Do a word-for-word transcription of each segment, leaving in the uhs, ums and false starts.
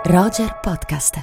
Roger Podcast.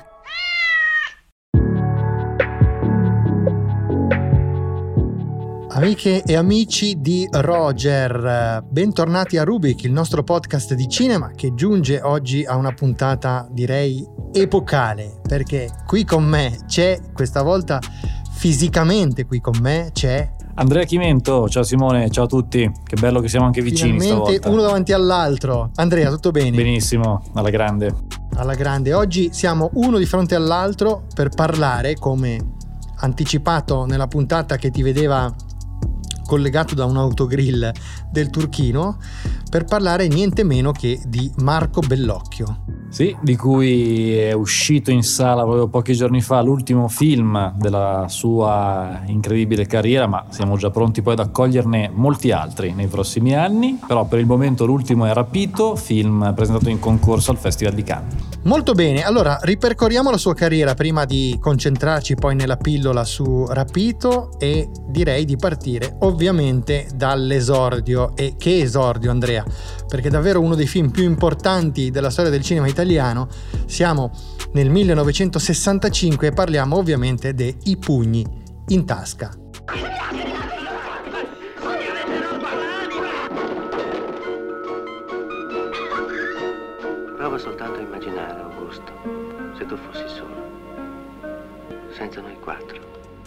Amiche e amici di Roger, bentornati a Rubik, il nostro podcast di cinema che giunge oggi a una puntata, direi, epocale, perché qui con me c'è, questa volta fisicamente qui con me c'è Andrea Chimento. Ciao Simone, ciao a tutti, che bello che siamo anche vicini finalmente stavolta. Uno davanti all'altro. Andrea, tutto bene? Benissimo, alla grande. Alla grande, oggi siamo uno di fronte all'altro per parlare, come anticipato nella puntata che ti vedeva collegato da un autogrill del Turchino, per parlare niente meno che di Marco Bellocchio. Sì, di cui è uscito in sala proprio pochi giorni fa l'ultimo film della sua incredibile carriera, ma siamo già pronti poi ad accoglierne molti altri nei prossimi anni. Però per il momento l'ultimo è Rapito, film presentato in concorso al Festival di Cannes. Molto bene, allora ripercorriamo la sua carriera prima di concentrarci poi nella pillola su Rapito, e direi di partire ovviamente dall'esordio. E che esordio, Andrea, perché è davvero uno dei film più importanti della storia del cinema italiano. Siamo nel millenovecentosessantacinque e parliamo ovviamente de I pugni in tasca. Prova soltanto a immaginare, Augusto, se tu fossi solo, senza noi quattro.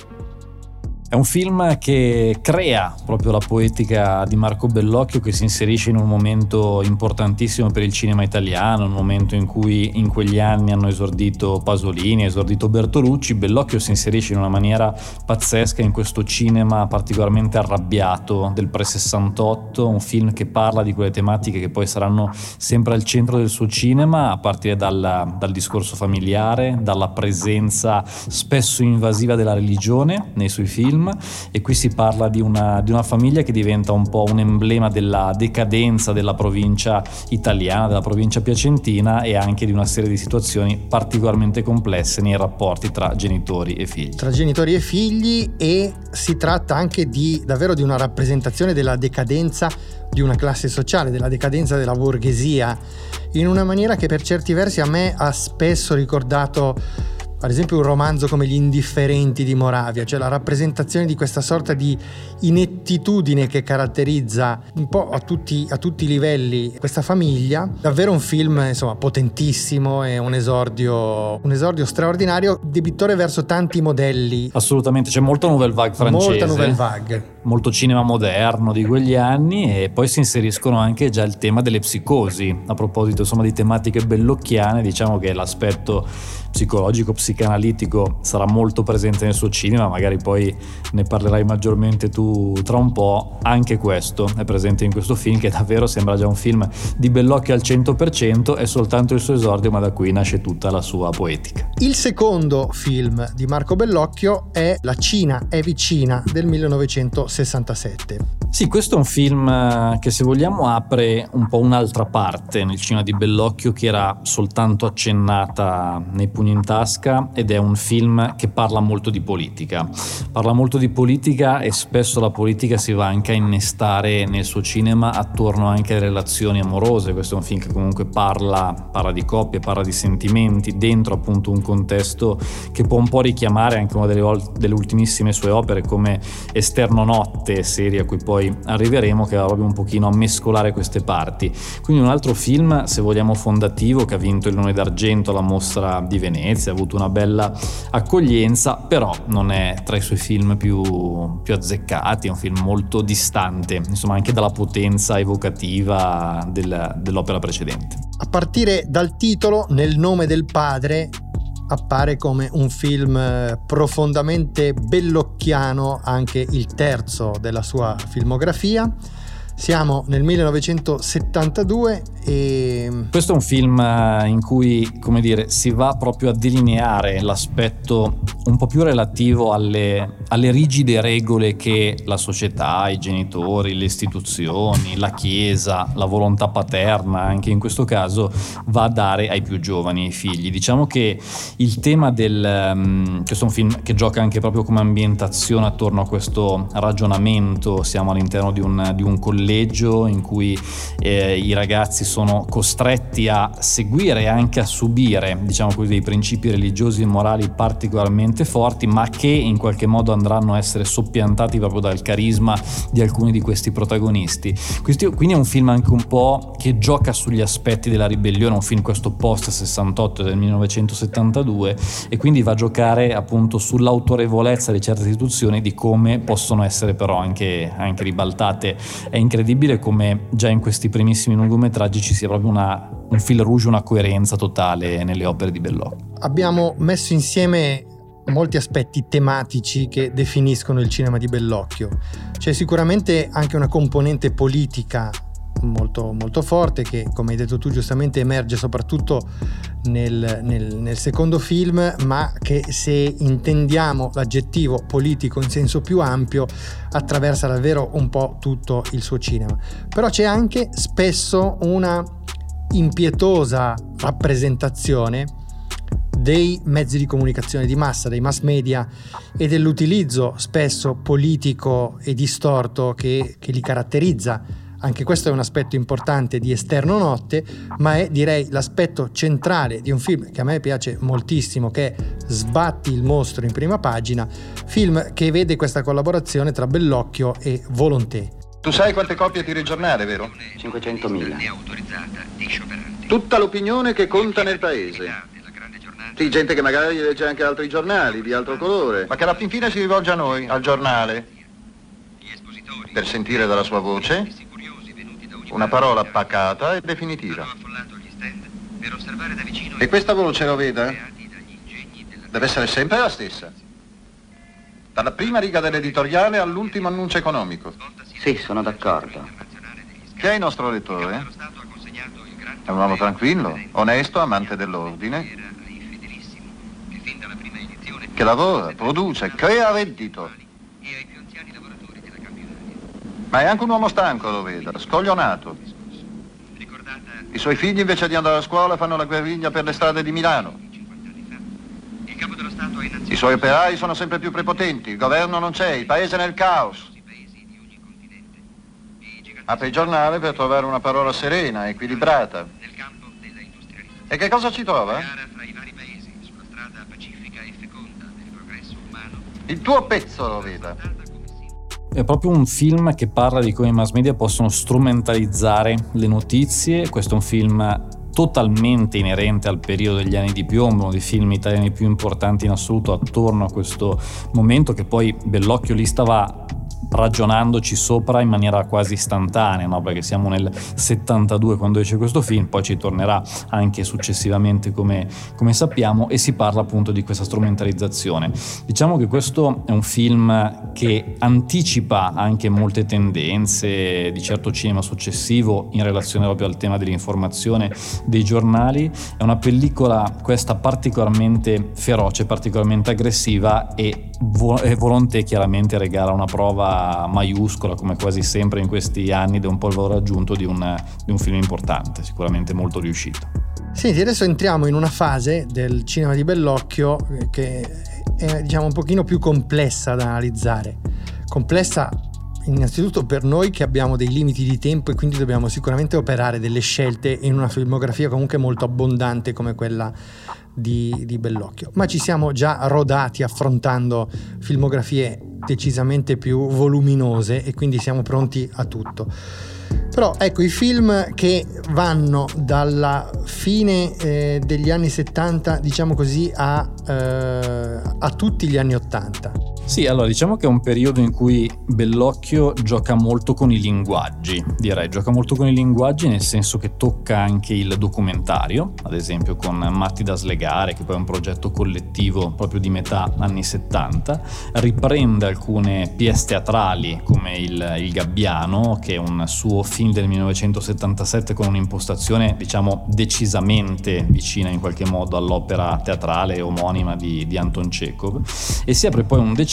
È un film che crea proprio la poetica di Marco Bellocchio, che si inserisce in un momento importantissimo per il cinema italiano, un momento in cui in quegli anni hanno esordito Pasolini, esordito Bertolucci. Bellocchio si inserisce in una maniera pazzesca in questo cinema particolarmente arrabbiato del pre-sessantotto, un film che parla di quelle tematiche che poi saranno sempre al centro del suo cinema, a partire dal, dal discorso familiare, dalla presenza spesso invasiva della religione nei suoi film. E qui si parla di una, di una famiglia che diventa un po' un emblema della decadenza della provincia italiana, della provincia piacentina, e anche di una serie di situazioni particolarmente complesse nei rapporti tra genitori e figli. Tra genitori e figli, e si tratta anche di davvero di una rappresentazione della decadenza di una classe sociale, della decadenza della borghesia, in una maniera che per certi versi a me ha spesso ricordato ad esempio un romanzo come Gli indifferenti di Moravia, cioè la rappresentazione di questa sorta di inettitudine che caratterizza un po' a tutti, a tutti i livelli questa famiglia. Davvero un film, insomma, potentissimo, e un esordio, un esordio straordinario, debitore verso tanti modelli. Assolutamente, c'è molto nouvelle vague francese, molta nouvelle vague, molto cinema moderno di quegli anni, e poi si inseriscono anche già il tema delle psicosi. A proposito, insomma, di tematiche bellocchiane, diciamo che l'aspetto psicologico, psicanalitico sarà molto presente nel suo cinema, magari poi ne parlerai maggiormente tu tra un po'. Anche questo è presente in questo film, che davvero sembra già un film di Bellocchio al cento per cento, è soltanto il suo esordio, ma da qui nasce tutta la sua poetica. Il secondo film di Marco Bellocchio è La Cina è vicina del millenovecentosessantasette. Sì, questo è un film che, se vogliamo, apre un po' un'altra parte nel cinema di Bellocchio, che era soltanto accennata nei Pugni in tasca, ed è un film che parla molto di politica. Parla molto di politica, e spesso la politica si va anche a innestare nel suo cinema attorno anche alle relazioni amorose. Questo è un film che comunque parla, parla di coppie, parla di sentimenti, dentro appunto un contesto che può un po' richiamare anche una delle, delle ultimissime sue opere, come Esterno Notte, serie a cui poi arriveremo, che va proprio un pochino a mescolare queste parti. Quindi un altro film, se vogliamo, fondativo, che ha vinto il Leone d'Argento alla Mostra di Venezia, ha avuto una bella accoglienza, però non è tra i suoi film più, più azzeccati. È un film molto distante, insomma, anche dalla potenza evocativa del, dell'opera precedente. A partire dal titolo, Nel nome del padre, appare come un film profondamente bellocchiano, anche il terzo della sua filmografia. Siamo nel millenovecentosettantadue e... questo è un film in cui, come dire, si va proprio a delineare l'aspetto un po' più relativo alle, alle rigide regole che la società, i genitori, le istituzioni, la chiesa, la volontà paterna, anche in questo caso, va a dare ai più giovani, ai figli. Diciamo che il tema del... Um, questo è un film che gioca anche proprio come ambientazione attorno a questo ragionamento. Siamo all'interno di un, di un collegio collegio in cui eh, i ragazzi sono costretti a seguire e anche a subire, diciamo così, dei principi religiosi e morali particolarmente forti, ma che in qualche modo andranno a essere soppiantati proprio dal carisma di alcuni di questi protagonisti. Questo, quindi è un film anche un po' che gioca sugli aspetti della ribellione, un film questo post sessantotto del millenovecentosettantadue, e quindi va a giocare appunto sull'autorevolezza di certe istituzioni, di come possono essere però anche, anche ribaltate. È incredibile come già in questi primissimi lungometraggi ci sia proprio una, un fil rouge, una coerenza totale nelle opere di Bellocchio. Abbiamo messo insieme molti aspetti tematici che definiscono il cinema di Bellocchio. C'è sicuramente anche una componente politica molto, molto forte che, come hai detto tu giustamente, emerge soprattutto nel, nel, nel secondo film, ma che, se intendiamo l'aggettivo politico in senso più ampio, attraversa davvero un po' tutto il suo cinema. Però c'è anche spesso una impietosa rappresentazione dei mezzi di comunicazione di massa, dei mass media, e dell'utilizzo spesso politico e distorto che, che li caratterizza. Anche questo è un aspetto importante di Esterno Notte, ma è, direi, l'aspetto centrale di un film che a me piace moltissimo, che è Sbatti il mostro in prima pagina, film che vede questa collaborazione tra Bellocchio e Volonté. Tu sai quante copie tira il giornale, vero? cinquecentomila. Tutta l'opinione che conta nel paese. Sì, gente che magari legge anche altri giornali di altro colore, ma che alla fin fine si rivolge a noi, al giornale, per sentire dalla sua voce una parola pacata e definitiva. E questa voce, lo veda, deve essere sempre la stessa, dalla prima riga dell'editoriale all'ultimo annuncio economico. Sì, sono d'accordo. Chi è il nostro lettore? È un uomo tranquillo, onesto, amante dell'ordine, che lavora, produce, crea reddito. Ma è anche un uomo stanco, lo veda, scoglionato. I suoi figli, invece di andare a scuola, fanno la guerriglia per le strade di Milano. I suoi operai sono sempre più prepotenti, il governo non c'è, il paese è nel caos. Apre il giornale per trovare una parola serena, equilibrata. E che cosa ci trova? Il tuo pezzo, lo veda. È proprio un film che parla di come i mass media possono strumentalizzare le notizie. Questo è un film totalmente inerente al periodo degli anni di piombo, uno dei film italiani più importanti in assoluto attorno a questo momento, che poi Bellocchio lì stava ragionandoci sopra in maniera quasi istantanea, no? Perché siamo nel settantadue quando esce questo film, poi ci tornerà anche successivamente come, come sappiamo, e si parla appunto di questa strumentalizzazione. Diciamo che questo è un film che anticipa anche molte tendenze di certo cinema successivo in relazione proprio al tema dell'informazione dei giornali. È una pellicola questa particolarmente feroce, particolarmente aggressiva, e Volonté chiaramente regala una prova maiuscola, come quasi sempre in questi anni, ed è un po' il valore aggiunto di un, di un film importante, sicuramente molto riuscito. Senti, adesso entriamo in una fase del cinema di Bellocchio che è, diciamo, un pochino più complessa da analizzare. Complessa innanzitutto per noi che abbiamo dei limiti di tempo e quindi dobbiamo sicuramente operare delle scelte in una filmografia comunque molto abbondante come quella di, di Bellocchio, ma ci siamo già rodati affrontando filmografie decisamente più voluminose e quindi siamo pronti a tutto. Però ecco, i film che vanno dalla fine eh, degli anni settanta, diciamo così, a, eh, a tutti gli anni ottanta. Sì, allora diciamo che è un periodo in cui Bellocchio gioca molto con i linguaggi, direi, gioca molto con i linguaggi nel senso che tocca anche il documentario, ad esempio con Matti da slegare, che poi è un progetto collettivo proprio di metà anni settanta, riprende alcune pièce teatrali come il, il Gabbiano, che è un suo film del millenovecentosettantasette con un'impostazione diciamo decisamente vicina in qualche modo all'opera teatrale omonima di, di Anton Chekhov, e si apre poi un decennio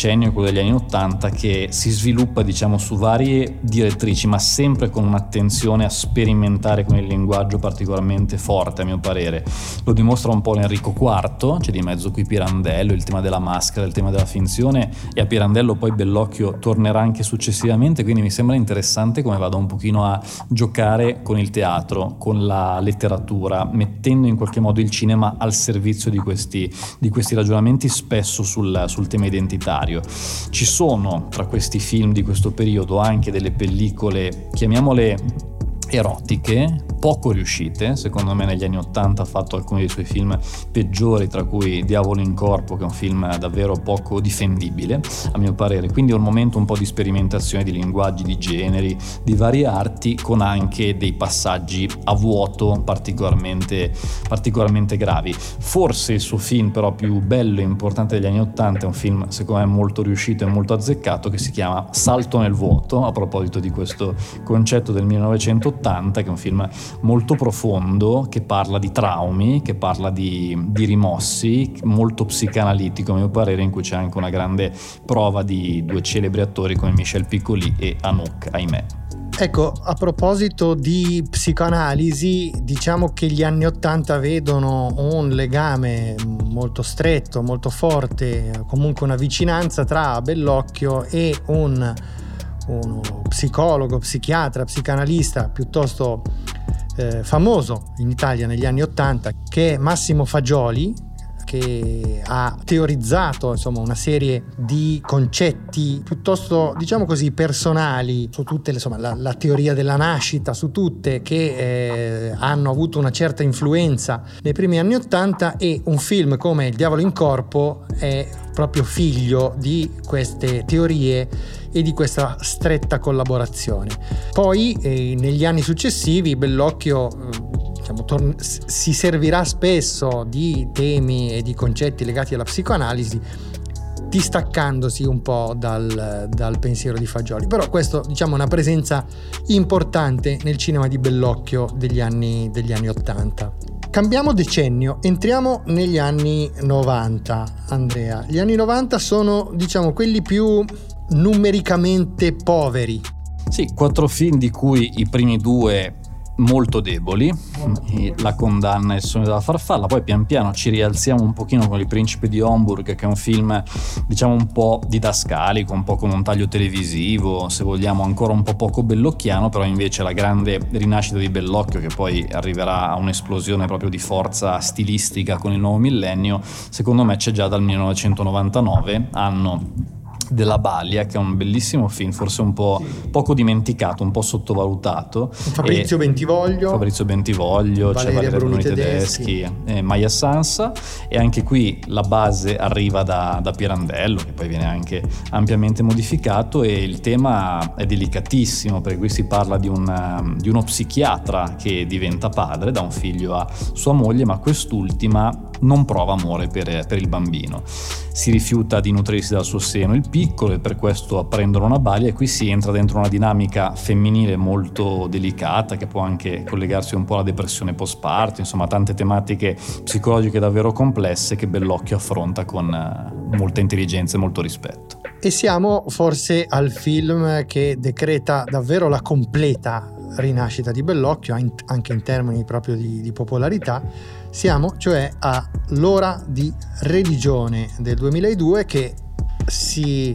decennio, quello degli anni ottanta, che si sviluppa diciamo su varie direttrici, ma sempre con un'attenzione a sperimentare con il linguaggio particolarmente forte, a mio parere. Lo dimostra un po' l'Enrico quarto, c'è di mezzo qui Pirandello, il tema della maschera, il tema della finzione, e a Pirandello poi Bellocchio tornerà anche successivamente, quindi mi sembra interessante come vada un pochino a giocare con il teatro, con la letteratura, mettendo in qualche modo il cinema al servizio di questi, di questi ragionamenti, spesso sul, sul tema identitario. Ci sono tra questi film di questo periodo anche delle pellicole, chiamiamole erotiche, poco riuscite. Secondo me negli anni ottanta ha fatto alcuni dei suoi film peggiori, tra cui Diavolo in corpo, che è un film davvero poco difendibile a mio parere. Quindi è un momento un po' di sperimentazione di linguaggi, di generi, di varie arti, con anche dei passaggi a vuoto particolarmente, particolarmente gravi. Forse il suo film però più bello e importante degli anni ottanta è un film secondo me molto riuscito e molto azzeccato, che si chiama Salto nel vuoto, a proposito di questo concetto del millenovecentottanta, che è un film molto profondo, che parla di traumi, che parla di, di rimossi, molto psicanalitico a mio parere, in cui c'è anche una grande prova di due celebri attori come Michel Piccoli e Anouk, ahimè. Ecco, a proposito di psicoanalisi, diciamo che gli anni Ottanta vedono un legame molto stretto, molto forte, comunque una vicinanza tra Bellocchio e un uno psicologo, psichiatra, psicanalista piuttosto eh, famoso in Italia negli anni Ottanta, che è Massimo Fagioli, che ha teorizzato insomma una serie di concetti piuttosto, diciamo così, personali su tutte le, insomma la, la teoria della nascita, su tutte, che eh, hanno avuto una certa influenza nei primi anni Ottanta, e un film come Il Diavolo in corpo è proprio figlio di queste teorie e di questa stretta collaborazione. Poi eh, negli anni successivi Bellocchio eh, diciamo, tor- si servirà spesso di temi e di concetti legati alla psicoanalisi, distaccandosi un po' dal, dal pensiero di Fagioli. Però questo, diciamo, è una presenza importante nel cinema di Bellocchio degli anni, degli anni ottanta. Cambiamo decennio, entriamo negli anni novanta, Andrea. Gli anni novanta sono, diciamo, quelli più numericamente poveri. Sì, quattro film di cui i primi due molto deboli, La condanna e Il sogno della farfalla. Poi pian piano ci rialziamo un pochino con Il principe di Homburg, che è un film diciamo un po' didascalico, un po' con un taglio televisivo, se vogliamo ancora un po' poco bellocchiano, però invece la grande rinascita di Bellocchio, che poi arriverà a un'esplosione proprio di forza stilistica con il nuovo millennio, secondo me c'è già dal millenovecentonovantanove, anno della Balia, che è un bellissimo film, forse un po' sì. poco dimenticato, un po' sottovalutato. Fabrizio e Bentivoglio Fabrizio Bentivoglio, Valeria c'è Valeria Bruni Bruni Tedeschi, Tedeschi eh, Maya Sansa, e anche qui la base arriva da, da Pirandello, che poi viene anche ampiamente modificato, e il tema è delicatissimo, perché qui si parla di, una, di uno psichiatra che diventa padre, dà un figlio a sua moglie, ma quest'ultima non prova amore per, per il bambino, si rifiuta di nutrirsi dal suo seno il piccolo, e per questo apprendono una balia, e qui si entra dentro una dinamica femminile molto delicata, che può anche collegarsi un po' alla depressione post-parto, insomma tante tematiche psicologiche davvero complesse che Bellocchio affronta con molta intelligenza e molto rispetto. E siamo forse al film che decreta davvero la completa rinascita di Bellocchio, anche in termini proprio di, di popolarità. Siamo cioè a L'ora di religione del duemiladue, che si,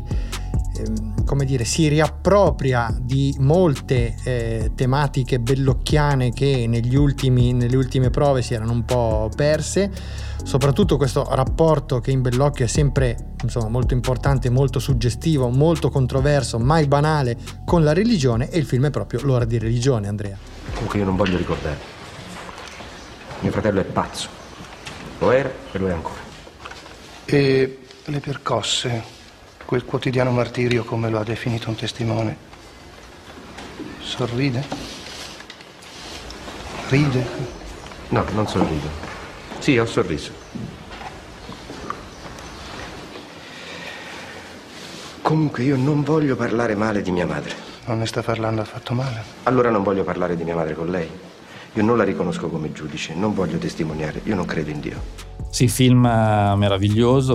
ehm, come dire, si riappropria di molte eh, tematiche bellocchiane che negli ultimi, nelle ultime prove si erano un po' perse, soprattutto questo rapporto che in Bellocchio è sempre, insomma, molto importante, molto suggestivo, molto controverso, mai banale, con la religione, e il film è proprio L'ora di religione, Andrea. Comunque io non voglio ricordare. Mio fratello è pazzo. Lo era e lo è ancora. E le percosse, quel quotidiano martirio, come lo ha definito un testimone, sorride? Ride? No, non sorrido. Sì, ho sorriso. Comunque io non voglio parlare male di mia madre. Non ne sta parlando affatto male. Allora non voglio parlare di mia madre con lei. Io non la riconosco come giudice, non voglio testimoniare, io non credo in Dio. Sì, film meraviglioso,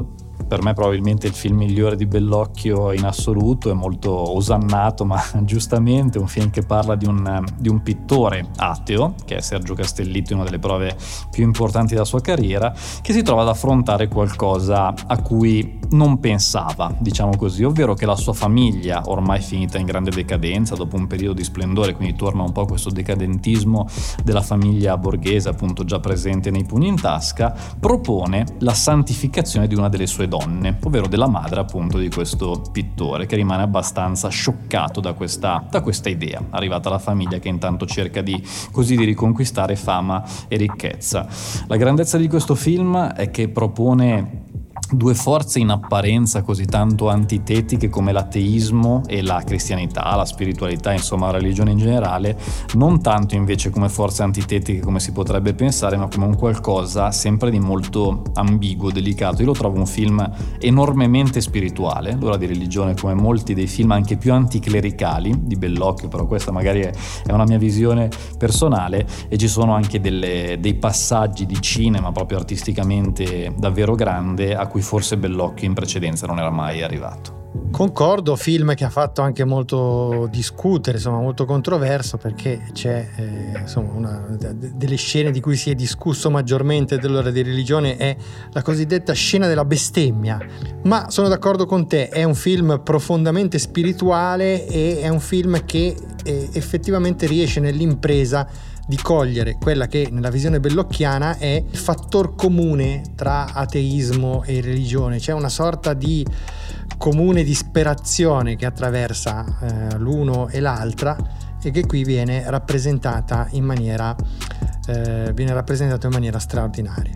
per me probabilmente il film migliore di Bellocchio in assoluto, è molto osannato ma giustamente, un film che parla di un, di un pittore ateo, che è Sergio Castellitto, una delle prove più importanti della sua carriera, che si trova ad affrontare qualcosa a cui non pensava, diciamo così, ovvero che la sua famiglia, ormai finita in grande decadenza dopo un periodo di splendore, quindi torna un po' questo decadentismo della famiglia borghese appunto già presente nei Pugni in Tasca, propone la santificazione di una delle sue donne, ovvero della madre appunto di questo pittore, che rimane abbastanza scioccato da questa, da questa idea, arrivata la famiglia che intanto cerca di così di riconquistare fama e ricchezza. La grandezza di questo film è che propone due forze in apparenza così tanto antitetiche come l'ateismo e la cristianità, la spiritualità, insomma la religione in generale, non tanto invece come forze antitetiche come si potrebbe pensare, ma come un qualcosa sempre di molto ambiguo, delicato. Io lo trovo un film enormemente spirituale, l'ora di religione, come molti dei film anche più anticlericali di Bellocchio, però questa magari è una mia visione personale, e ci sono anche delle, dei passaggi di cinema proprio artisticamente davvero grande a cui forse Bellocchio in precedenza non era mai arrivato. Concordo, film che ha fatto anche molto discutere, insomma molto controverso, perché c'è eh, insomma una delle scene di cui si è discusso maggiormente dell'ora di religione è la cosiddetta scena della bestemmia, ma sono d'accordo con te, è un film profondamente spirituale e è un film che eh, effettivamente riesce nell'impresa di cogliere quella che nella visione bellocchiana è il fattor comune tra ateismo e religione. C'è una sorta di comune disperazione che attraversa eh, l'uno e l'altra e che qui viene rappresentata in maniera eh, viene rappresentato in maniera straordinaria.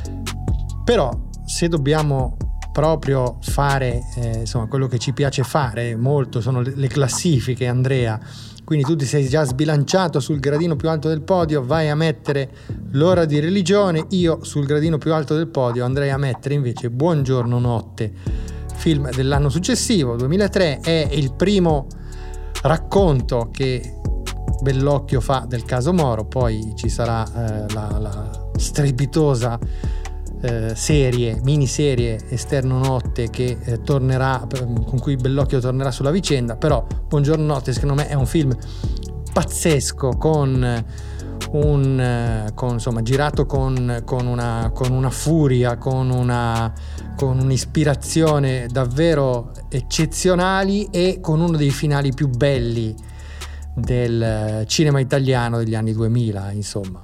Però se dobbiamo proprio fare eh, insomma quello che ci piace fare molto sono le, le classifiche, Andrea, quindi tu ti sei già sbilanciato sul gradino più alto del podio, vai a mettere l'ora di religione, io sul gradino più alto del podio andrei a mettere invece Buongiorno Notte, film dell'anno successivo, duemilatré, è il primo racconto che Bellocchio fa del caso Moro, poi ci sarà eh, la, la strepitosa eh, serie, miniserie Esterno Notte che eh, tornerà, con cui Bellocchio tornerà sulla vicenda, però Buongiorno Notte secondo me è un film pazzesco, con un con, insomma girato con, con, una, con una furia, con una con un'ispirazione davvero eccezionali e con uno dei finali più belli del cinema italiano degli anni duemila, insomma.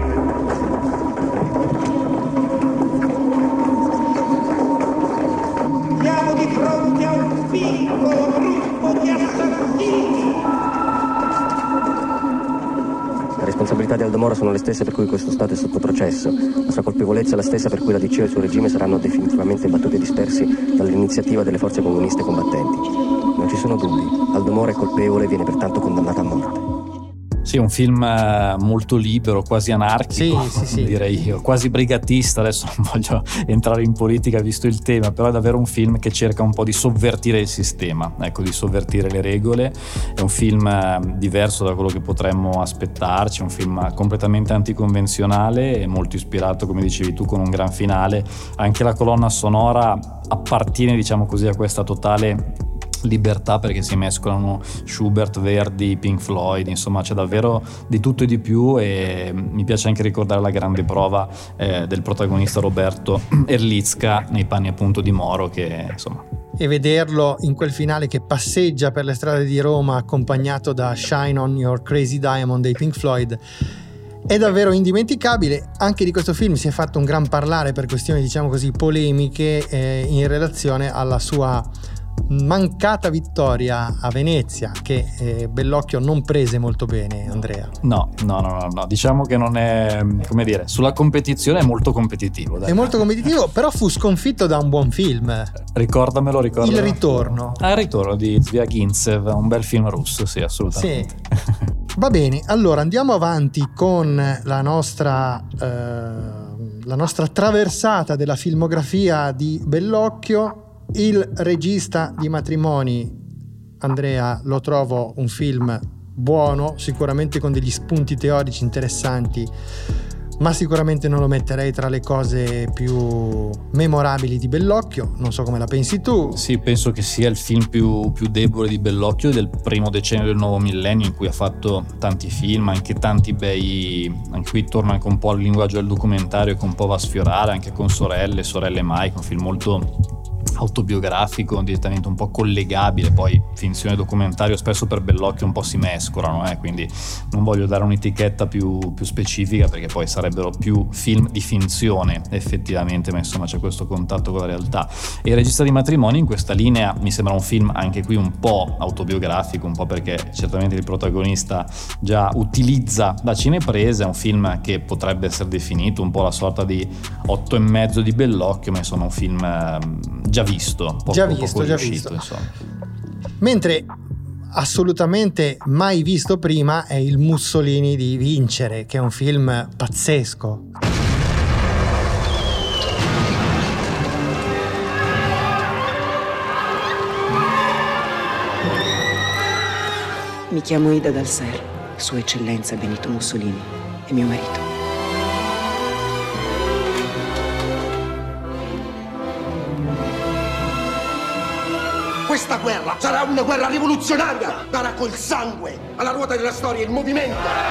Siamo di fronte a un piccolo gruppo di assassini. Le responsabilità di Aldo Moro sono le stesse per cui questo Stato è sotto processo. La sua colpevolezza è la stessa per cui la D C e il suo regime saranno definitivamente battuti e dispersi dall'iniziativa delle forze comuniste combattenti. Non ci sono dubbi, Aldo Moro è colpevole e viene pertanto condannato a morte. Sì, un film molto libero, quasi anarchico, sì, sì, sì. direi io, quasi brigatista. Adesso non voglio entrare in politica visto il tema, però è davvero un film che cerca un po' di sovvertire il sistema, ecco, di sovvertire le regole. È un film diverso da quello che potremmo aspettarci, un film completamente anticonvenzionale e molto ispirato, come dicevi tu, con un gran finale. Anche la colonna sonora appartiene, diciamo così, a questa totale libertà, perché si mescolano Schubert, Verdi, Pink Floyd, insomma c'è davvero di tutto e di più, e mi piace anche ricordare la grande prova eh, del protagonista Roberto Erlicka nei panni appunto di Moro, che insomma, e vederlo in quel finale che passeggia per le strade di Roma accompagnato da Shine on Your Crazy Diamond dei Pink Floyd è davvero indimenticabile. Anche di questo film si è fatto un gran parlare per questioni, diciamo così, polemiche eh, in relazione alla sua mancata vittoria a Venezia, che eh, Bellocchio non prese molto bene, Andrea. No, no, no, no, no, diciamo che non è, come dire, sulla competizione è molto competitivo. Dai. È molto competitivo, però fu sconfitto da un buon film. Ricordamelo, ricordamelo. Il ritorno. Ah, il ritorno di Zviagintsev, un bel film russo, sì, assolutamente. Sì. Va bene, allora andiamo avanti con la nostra eh, la nostra traversata della filmografia di Bellocchio. Il regista di Matrimoni, Andrea, lo trovo un film buono, sicuramente con degli spunti teorici interessanti, ma sicuramente non lo metterei tra le cose più memorabili di Bellocchio. Non so come la pensi tu. Sì, penso che sia il film più, più debole di Bellocchio del primo decennio del nuovo millennio, in cui ha fatto tanti film, anche tanti bei, anche qui torna anche un po' al linguaggio del documentario che un po' va a sfiorare, anche con Sorelle, Sorelle Mai, un film molto autobiografico, direttamente un po' collegabile. Poi finzione e documentario spesso per Bellocchio un po' si mescolano, eh? Quindi non voglio dare un'etichetta più, più specifica, perché poi sarebbero più film di finzione effettivamente, ma insomma c'è questo contatto con la realtà. E Il regista di matrimoni in questa linea mi sembra un film anche qui un po' autobiografico, un po' perché certamente il protagonista già utilizza la cinepresa. È un film che potrebbe essere definito un po' la sorta di otto e mezzo di Bellocchio, ma insomma un film già visto, poco, già visto, poco già riuscito, visto. Insomma. Mentre assolutamente mai visto prima è Il Mussolini di Vincere, che è un film pazzesco. Mi chiamo Ida Dal Ser, Sua Eccellenza Benito Mussolini è mio marito. Questa guerra sarà una guerra rivoluzionaria, darà col sangue alla ruota della storia il movimento.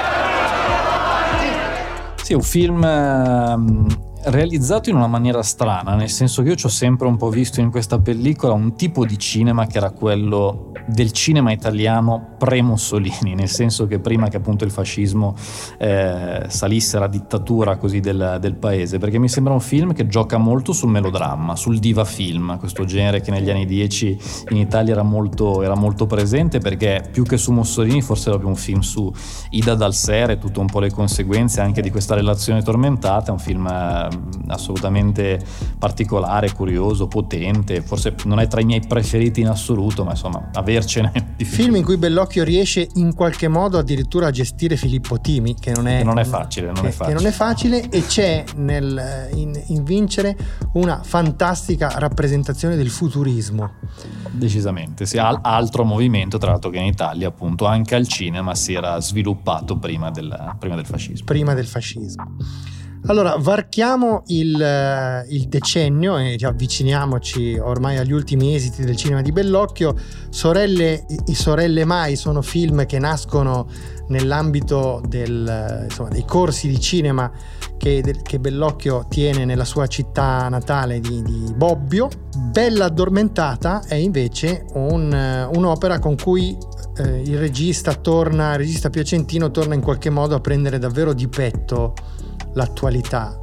Sì, è un film ehm, realizzato in una maniera strana, nel senso che io ci ho sempre un po' visto in questa pellicola un tipo di cinema che era quello del cinema italiano pre-Mussolini, nel senso che prima che appunto il fascismo eh, salisse la dittatura così del, del paese, perché mi sembra un film che gioca molto sul melodramma, sul diva film, questo genere che negli anni dieci in Italia era molto, era molto presente, perché più che su Mussolini forse era più un film su Ida Dal Ser e tutte un po' le conseguenze anche di questa relazione tormentata. È un film eh, assolutamente particolare, curioso, potente, forse non è tra i miei preferiti in assoluto, ma insomma avercene film in cui Bellocchio riesce in qualche modo addirittura a gestire Filippo Timi, che non è, che non è facile, non che, è facile. Che non è facile, e c'è nel, in, in Vincere una fantastica rappresentazione del futurismo. Decisamente, sì, altro movimento tra l'altro che in Italia appunto anche al cinema si era sviluppato prima del, prima del fascismo. Prima del fascismo. Allora, varchiamo il, il decennio e avviciniamoci ormai agli ultimi esiti del cinema di Bellocchio. Sorelle e Sorelle Mai sono film che nascono nell'ambito del, insomma, dei corsi di cinema che, che Bellocchio tiene nella sua città natale di, di Bobbio. Bella Addormentata è invece un, un'opera con cui eh, il regista torna, il regista piacentino torna in qualche modo a prendere davvero di petto l'attualità.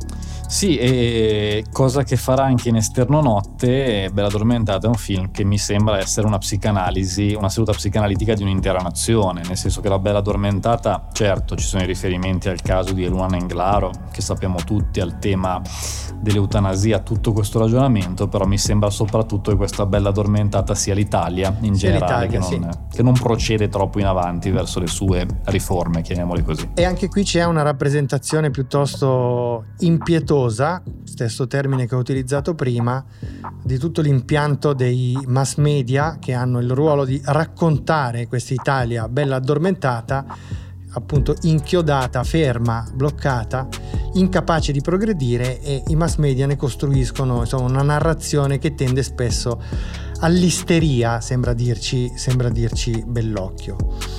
Sì, e cosa che farà anche in Esterno Notte. Bella Addormentata è un film che mi sembra essere una psicanalisi, una seduta psicanalitica di un'intera nazione, nel senso che La Bella Addormentata, certo ci sono i riferimenti al caso di Eluana Englaro, che sappiamo tutti, al tema dell'eutanasia, tutto questo ragionamento, però mi sembra soprattutto che questa Bella Addormentata sia l'Italia in sia generale, che non, sì. che non procede troppo in avanti verso le sue riforme, chiamiamole così. E anche qui c'è una rappresentazione piuttosto impietosa, stesso termine che ho utilizzato prima, di tutto l'impianto dei mass media che hanno il ruolo di raccontare questa Italia bella addormentata, appunto inchiodata, ferma, bloccata, incapace di progredire, e i mass media ne costruiscono insomma una narrazione che tende spesso all'isteria, sembra dirci, sembra dirci Bellocchio.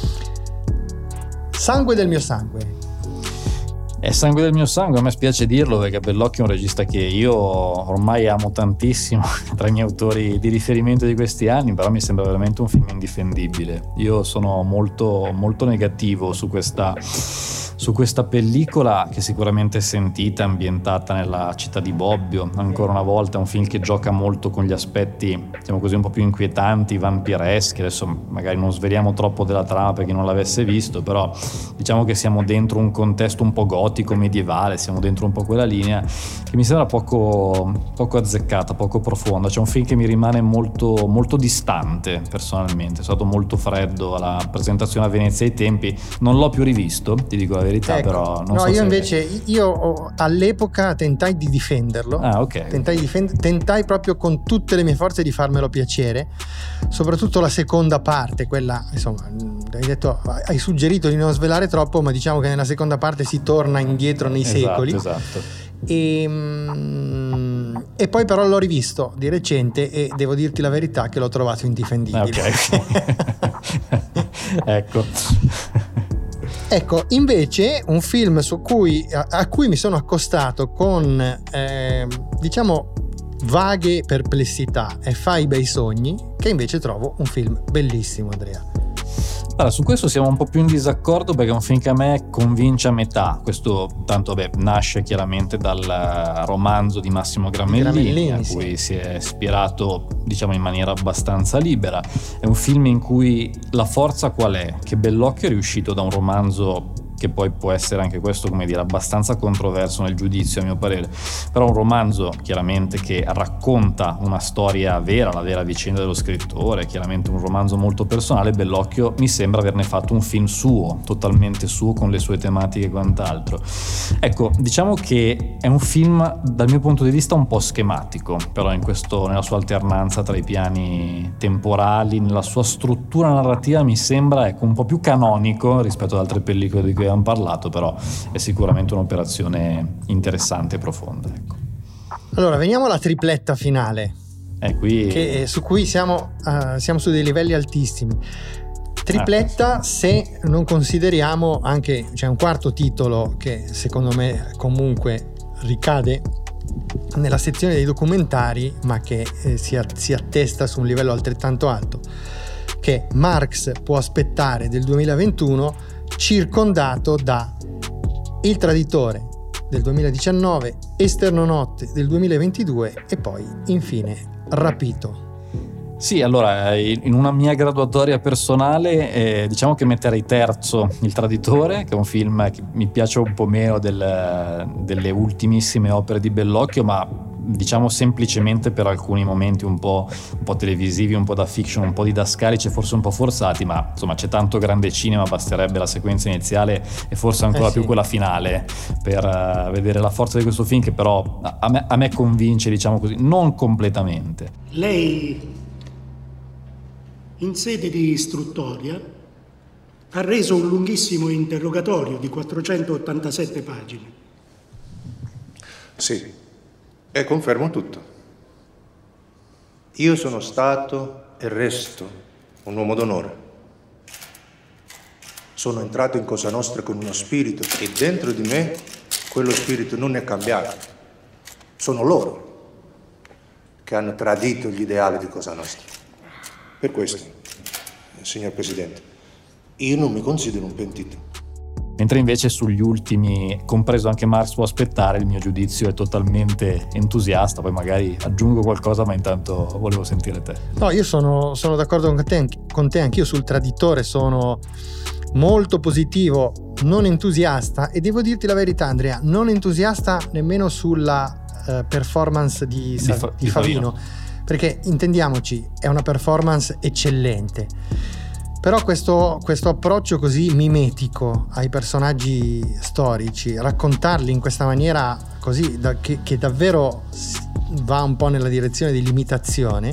Sangue del mio sangue. È sangue del mio sangue, a me spiace dirlo perché Bellocchio è un regista che io ormai amo tantissimo, tra i miei autori di riferimento di questi anni, però mi sembra veramente un film indifendibile. Io sono molto, molto negativo su questa, su questa pellicola, che sicuramente è sentita, ambientata nella città di Bobbio. Ancora una volta è un film che gioca molto con gli aspetti, diciamo così, un po' più inquietanti, vampireschi. Adesso magari non sveliamo troppo della trama per chi non l'avesse visto, però diciamo che siamo dentro un contesto un po' gotico, medievale, siamo dentro un po' quella linea che mi sembra poco, poco azzeccata, poco profonda. C'è un film che mi rimane molto, molto distante personalmente, è stato molto freddo alla presentazione a Venezia ai tempi, non l'ho più rivisto, ti dico la verità, ecco. però non no, so io se... invece io all'epoca tentai di difenderlo. Ah, ok. Tentai, di difend- tentai proprio con tutte le mie forze di farmelo piacere, soprattutto la seconda parte, quella, insomma, hai detto, hai suggerito di non svelare troppo, ma diciamo che nella seconda parte si torna indietro nei esatto, secoli. Esatto. E, e poi però l'ho rivisto di recente e devo dirti la verità che l'ho trovato indifendibile. Ok. Ecco. Ecco, invece un film su cui, a, a cui mi sono accostato con eh, diciamo vaghe perplessità e Fai bei sogni, che invece trovo un film bellissimo, Andrea. Allora, su questo siamo un po' più in disaccordo, perché è un film che a me convince a metà. Questo tanto beh, nasce chiaramente dal romanzo di Massimo Gramellini, Gramellini, a cui sì. si è ispirato, diciamo, in maniera abbastanza libera. È un film in cui la forza qual è? Che Bellocchio è riuscito da un romanzo che poi può essere anche questo, come dire, abbastanza controverso nel giudizio a mio parere, però un romanzo chiaramente che racconta una storia vera, la vera vicenda dello scrittore, chiaramente un romanzo molto personale. Bellocchio mi sembra averne fatto un film suo, totalmente suo, con le sue tematiche e quant'altro. Ecco, diciamo che è un film dal mio punto di vista un po' schematico, però in questo, nella sua alternanza tra i piani temporali, nella sua struttura narrativa mi sembra, ecco, un po' più canonico rispetto ad altre pellicole di cui abbiamo parlato, però è sicuramente un'operazione interessante e profonda, ecco. Allora, veniamo alla tripletta finale, eh, qui... che, su cui siamo, uh, siamo su dei livelli altissimi. Tripletta, ah, se non consideriamo anche, c'è un quarto titolo che secondo me comunque ricade nella sezione dei documentari, ma che eh, si, si attesta su un livello altrettanto alto, che Marx può aspettare del duemilaventuno, circondato da Il traditore del duemiladiciannove, Esterno notte del duemilaventidue e poi infine Rapito. Sì, allora in una mia graduatoria personale eh, diciamo che metterei terzo Il traditore, che è un film che mi piace un po' meno del, delle ultimissime opere di Bellocchio, ma diciamo semplicemente per alcuni momenti un po', un po' televisivi, un po' da fiction, un po' didascalici, forse un po' forzati, ma insomma c'è tanto grande cinema, basterebbe la sequenza iniziale e forse ancora eh sì. più quella finale per uh, vedere la forza di questo film, che però a me, a me convince, diciamo così, non completamente. Lei, in sede di istruttoria, ha reso un lunghissimo interrogatorio di quattrocentottantasette pagine. Sì. E confermo tutto. Io sono stato e resto un uomo d'onore. Sono entrato in Cosa Nostra con uno spirito e dentro di me quello spirito non è cambiato. Sono loro che hanno tradito gli ideali di Cosa Nostra. Per questo, signor Presidente, io non mi considero un pentito. Mentre invece sugli ultimi, compreso anche Marx può aspettare, il mio giudizio è totalmente entusiasta. Poi magari aggiungo qualcosa, ma intanto volevo sentire te. No, io sono, sono d'accordo con te, con te, anch'io sul traditore sono molto positivo, non entusiasta, e devo dirti la verità, Andrea, non entusiasta nemmeno sulla uh, performance di, di, Sa- fa- di di Favino, Favino, perché intendiamoci, è una performance eccellente. Però questo, questo approccio così mimetico ai personaggi storici, raccontarli in questa maniera così da, che, che davvero va un po' nella direzione di limitazione,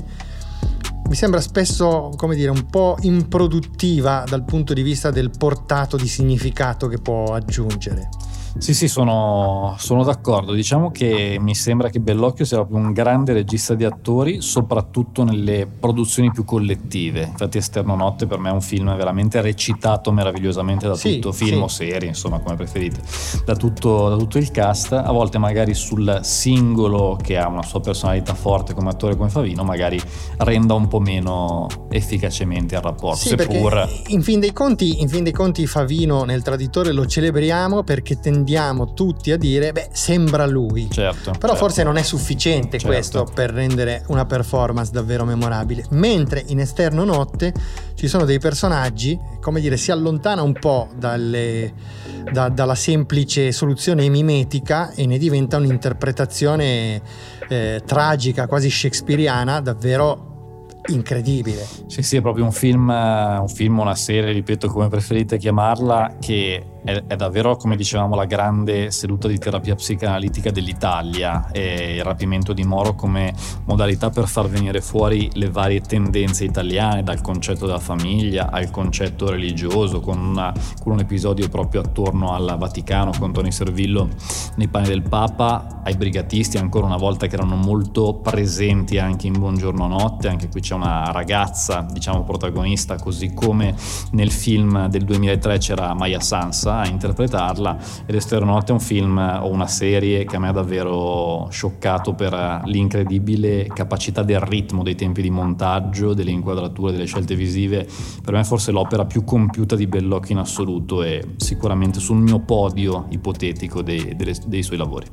mi sembra spesso, come dire, un po' improduttiva dal punto di vista del portato di significato che può aggiungere. Sì, sì, sono, sono d'accordo. Diciamo che mi sembra che Bellocchio sia proprio un grande regista di attori, soprattutto nelle produzioni più collettive. Infatti Esterno notte per me è un film veramente recitato meravigliosamente da sì, tutto, film sì. o serie, insomma, come preferite, da tutto, da tutto il cast. A volte magari sul singolo, che ha una sua personalità forte come attore come Favino, magari renda un po' meno efficacemente il rapporto. Sì, seppur... perché in fin dei conti, in fin dei conti Favino nel Traditore lo celebriamo perché tendiamo Andiamo tutti a dire beh, sembra lui, certo, però certo. forse non è sufficiente certo. questo per rendere una performance davvero memorabile, mentre in Esterno notte ci sono dei personaggi, come dire, si allontana un po' dalle, da, dalla semplice soluzione mimetica e ne diventa un'interpretazione eh, tragica, quasi shakespeariana, davvero incredibile. Sì, sì, è proprio un film, un film, una serie, ripeto, come preferite chiamarla, che è, è davvero, come dicevamo, la grande seduta di terapia psicanalitica dell'Italia, e il rapimento di Moro come modalità per far venire fuori le varie tendenze italiane, dal concetto della famiglia al concetto religioso, con, una, con un episodio proprio attorno al Vaticano con Tony Servillo nei panni del Papa, ai brigatisti ancora una volta che erano molto presenti anche in Buongiorno Notte. Anche qui c'è una ragazza, diciamo, protagonista, così come nel film del duemilatré c'era Maya Sansa a interpretarla. ed Esterno Notte è un film o una serie che a me ha davvero scioccato per l'incredibile capacità del ritmo, dei tempi di montaggio, delle inquadrature, delle scelte visive. Per me forse l'opera più compiuta di Bellocchio in assoluto, e sicuramente sul mio podio ipotetico dei, dei, dei suoi lavori.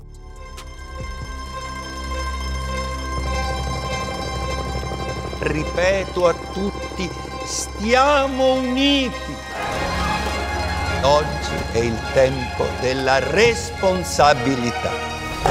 Ripeto a tutti, stiamo uniti. Oggi è il tempo della responsabilità.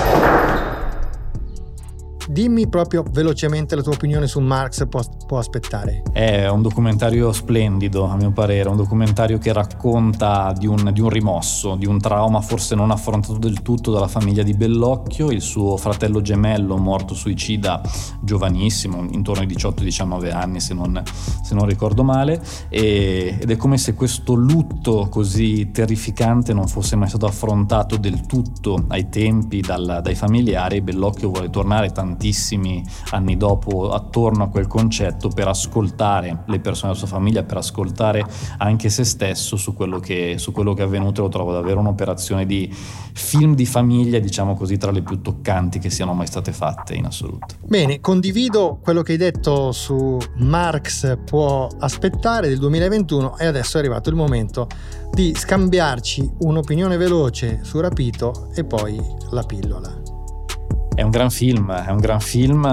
Dimmi proprio velocemente la tua opinione su Marx, può, può aspettare. È un documentario splendido, a mio parere, un documentario che racconta di un, di un rimosso, di un trauma forse non affrontato del tutto dalla famiglia di Bellocchio, il suo fratello gemello morto suicida giovanissimo, intorno ai diciotto diciannove anni se non, se non ricordo male, e, ed è come se questo lutto così terrificante non fosse mai stato affrontato del tutto ai tempi dal, dai familiari. Bellocchio vuole tornare tantissimi anni dopo attorno a quel concetto per ascoltare le persone della sua famiglia, per ascoltare anche se stesso su quello che, su quello che è avvenuto. Lo trovo davvero un'operazione di film di famiglia, diciamo così, tra le più toccanti che siano mai state fatte in assoluto. Bene, condivido quello che hai detto su Marx può aspettare del duemilaventuno, e adesso è arrivato il momento di scambiarci un'opinione veloce su Rapito e poi la pillola. È un gran film, è un gran film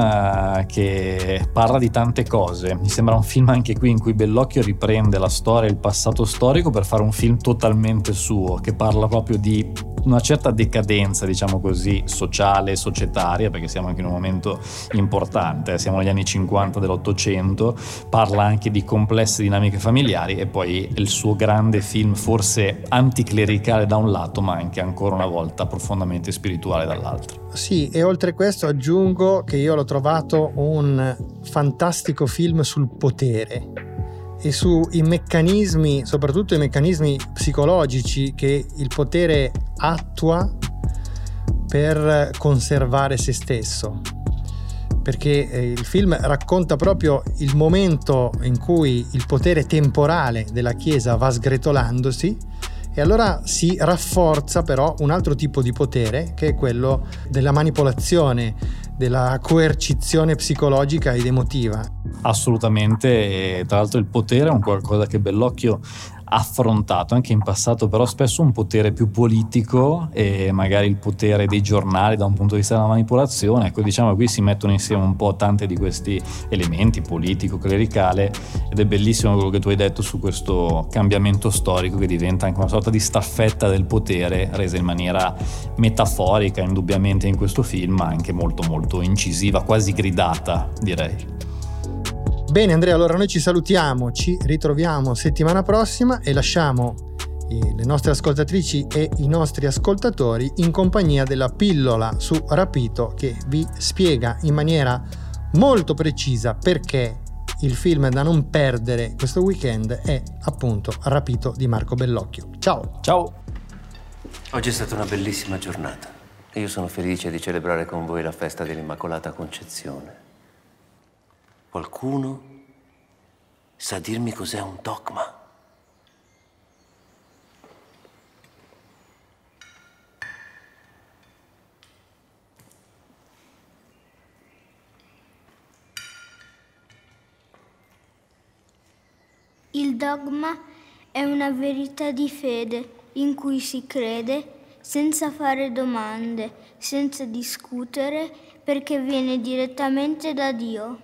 che parla di tante cose. Mi sembra un film anche qui in cui Bellocchio riprende la storia e il passato storico per fare un film totalmente suo, che parla proprio di una certa decadenza, diciamo così, sociale e societaria, perché siamo anche in un momento importante, siamo negli anni cinquanta dell'Ottocento. Parla anche di complesse dinamiche familiari, e poi il suo grande film forse anticlericale da un lato, ma anche ancora una volta profondamente spirituale dall'altro. Sì, e oltre questo aggiungo che io l'ho trovato un fantastico film sul potere e sui meccanismi, soprattutto i meccanismi psicologici che il potere attua per conservare se stesso, perché il film racconta proprio il momento in cui il potere temporale della Chiesa va sgretolandosi, e allora si rafforza però un altro tipo di potere, che è quello della manipolazione, della coercizione psicologica ed emotiva. Assolutamente, e tra l'altro il potere è un qualcosa che Bellocchio affrontato anche in passato, però spesso un potere più politico, e magari il potere dei giornali da un punto di vista della manipolazione. Ecco, diciamo che qui si mettono insieme un po' tante di questi elementi, politico, clericale, ed è bellissimo quello che tu hai detto su questo cambiamento storico che diventa anche una sorta di staffetta del potere, resa in maniera metaforica indubbiamente in questo film, ma anche molto molto incisiva, quasi gridata, direi. Bene Andrea, allora noi ci salutiamo, ci ritroviamo settimana prossima e lasciamo le nostre ascoltatrici e i nostri ascoltatori in compagnia della pillola su Rapito, che vi spiega in maniera molto precisa perché il film da non perdere questo weekend è appunto Rapito di Marco Bellocchio. Ciao! Ciao! Oggi è stata una bellissima giornata e io sono felice di celebrare con voi la festa dell'Immacolata Concezione. Qualcuno sa dirmi cos'è un dogma? Il dogma è una verità di fede in cui si crede senza fare domande, senza discutere, perché viene direttamente da Dio.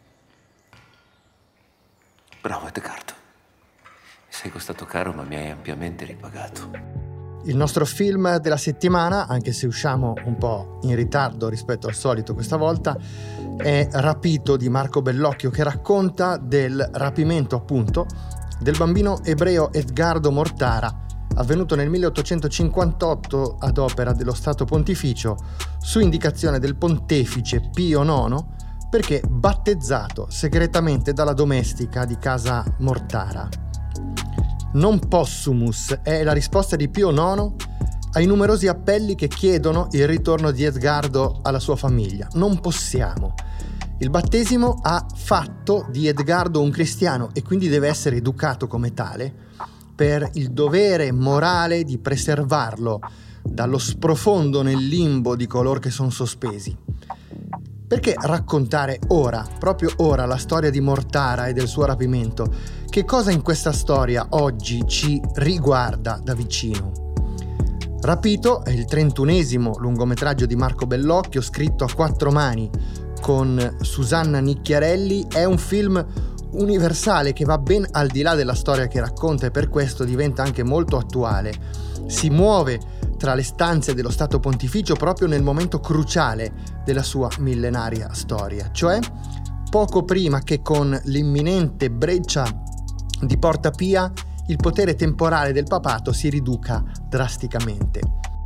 Bravo Edgardo, mi sei costato caro ma mi hai ampiamente ripagato. Il nostro film della settimana, anche se usciamo un po' in ritardo rispetto al solito questa volta, è Rapito di Marco Bellocchio, che racconta del rapimento appunto del bambino ebreo Edgardo Mortara avvenuto nel milleottocentocinquantotto ad opera dello Stato Pontificio su indicazione del pontefice Pio nono, perché battezzato segretamente dalla domestica di casa Mortara. Non possumus è la risposta di Pio nono ai numerosi appelli che chiedono il ritorno di Edgardo alla sua famiglia. Non possiamo. Il battesimo ha fatto di Edgardo un cristiano e quindi deve essere educato come tale per il dovere morale di preservarlo dallo sprofondo nel limbo di coloro che sono sospesi. Perché raccontare ora, proprio ora, la storia di Mortara e del suo rapimento? Che cosa in questa storia oggi ci riguarda da vicino? Rapito è il trentunesimo lungometraggio di Marco Bellocchio, scritto a quattro mani con Susanna Nicchiarelli. È un film universale che va ben al di là della storia che racconta e per questo diventa anche molto attuale. Si muove tra le stanze dello Stato Pontificio proprio nel momento cruciale della sua millenaria storia, cioè poco prima che con l'imminente breccia di Porta Pia il potere temporale del papato si riduca drasticamente.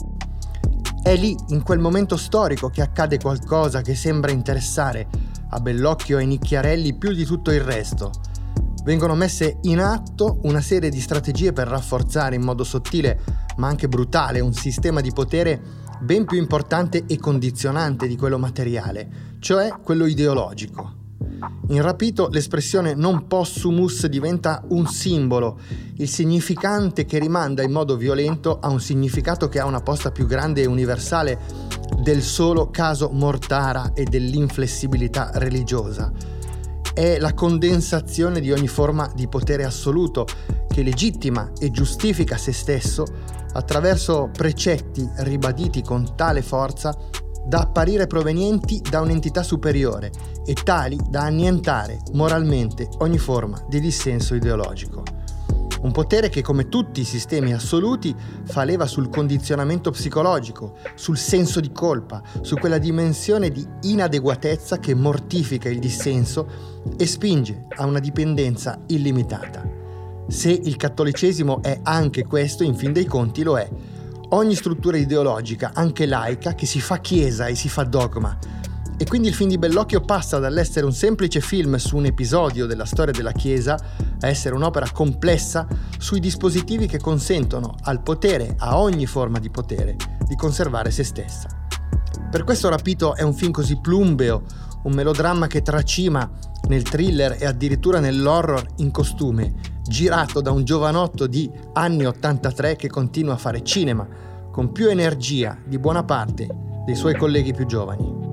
È lì, in quel momento storico, che accade qualcosa che sembra interessare a Bellocchio e Nicchiarelli più di tutto il resto. Vengono messe in atto una serie di strategie per rafforzare in modo sottile, ma anche brutale, un sistema di potere ben più importante e condizionante di quello materiale, cioè quello ideologico. In Rapito l'espressione non possumus diventa un simbolo, il significante che rimanda in modo violento a un significato che ha una posta più grande e universale del solo caso Mortara e dell'inflessibilità religiosa. È la condensazione di ogni forma di potere assoluto che legittima e giustifica se stesso attraverso precetti ribaditi con tale forza da apparire provenienti da un'entità superiore e tali da annientare moralmente ogni forma di dissenso ideologico. Un potere che, come tutti i sistemi assoluti, fa leva sul condizionamento psicologico, sul senso di colpa, su quella dimensione di inadeguatezza che mortifica il dissenso e spinge a una dipendenza illimitata. Se il cattolicesimo è anche questo, in fin dei conti lo è. Ogni struttura ideologica, anche laica, che si fa chiesa e si fa dogma. E quindi il film di Bellocchio passa dall'essere un semplice film su un episodio della storia della Chiesa a essere un'opera complessa sui dispositivi che consentono al potere, a ogni forma di potere, di conservare se stessa. Per questo Rapito è un film così plumbeo, un melodramma che tracima nel thriller e addirittura nell'horror in costume, girato da un giovanotto di anni ottantatré che continua a fare cinema con più energia di buona parte dei suoi colleghi più giovani.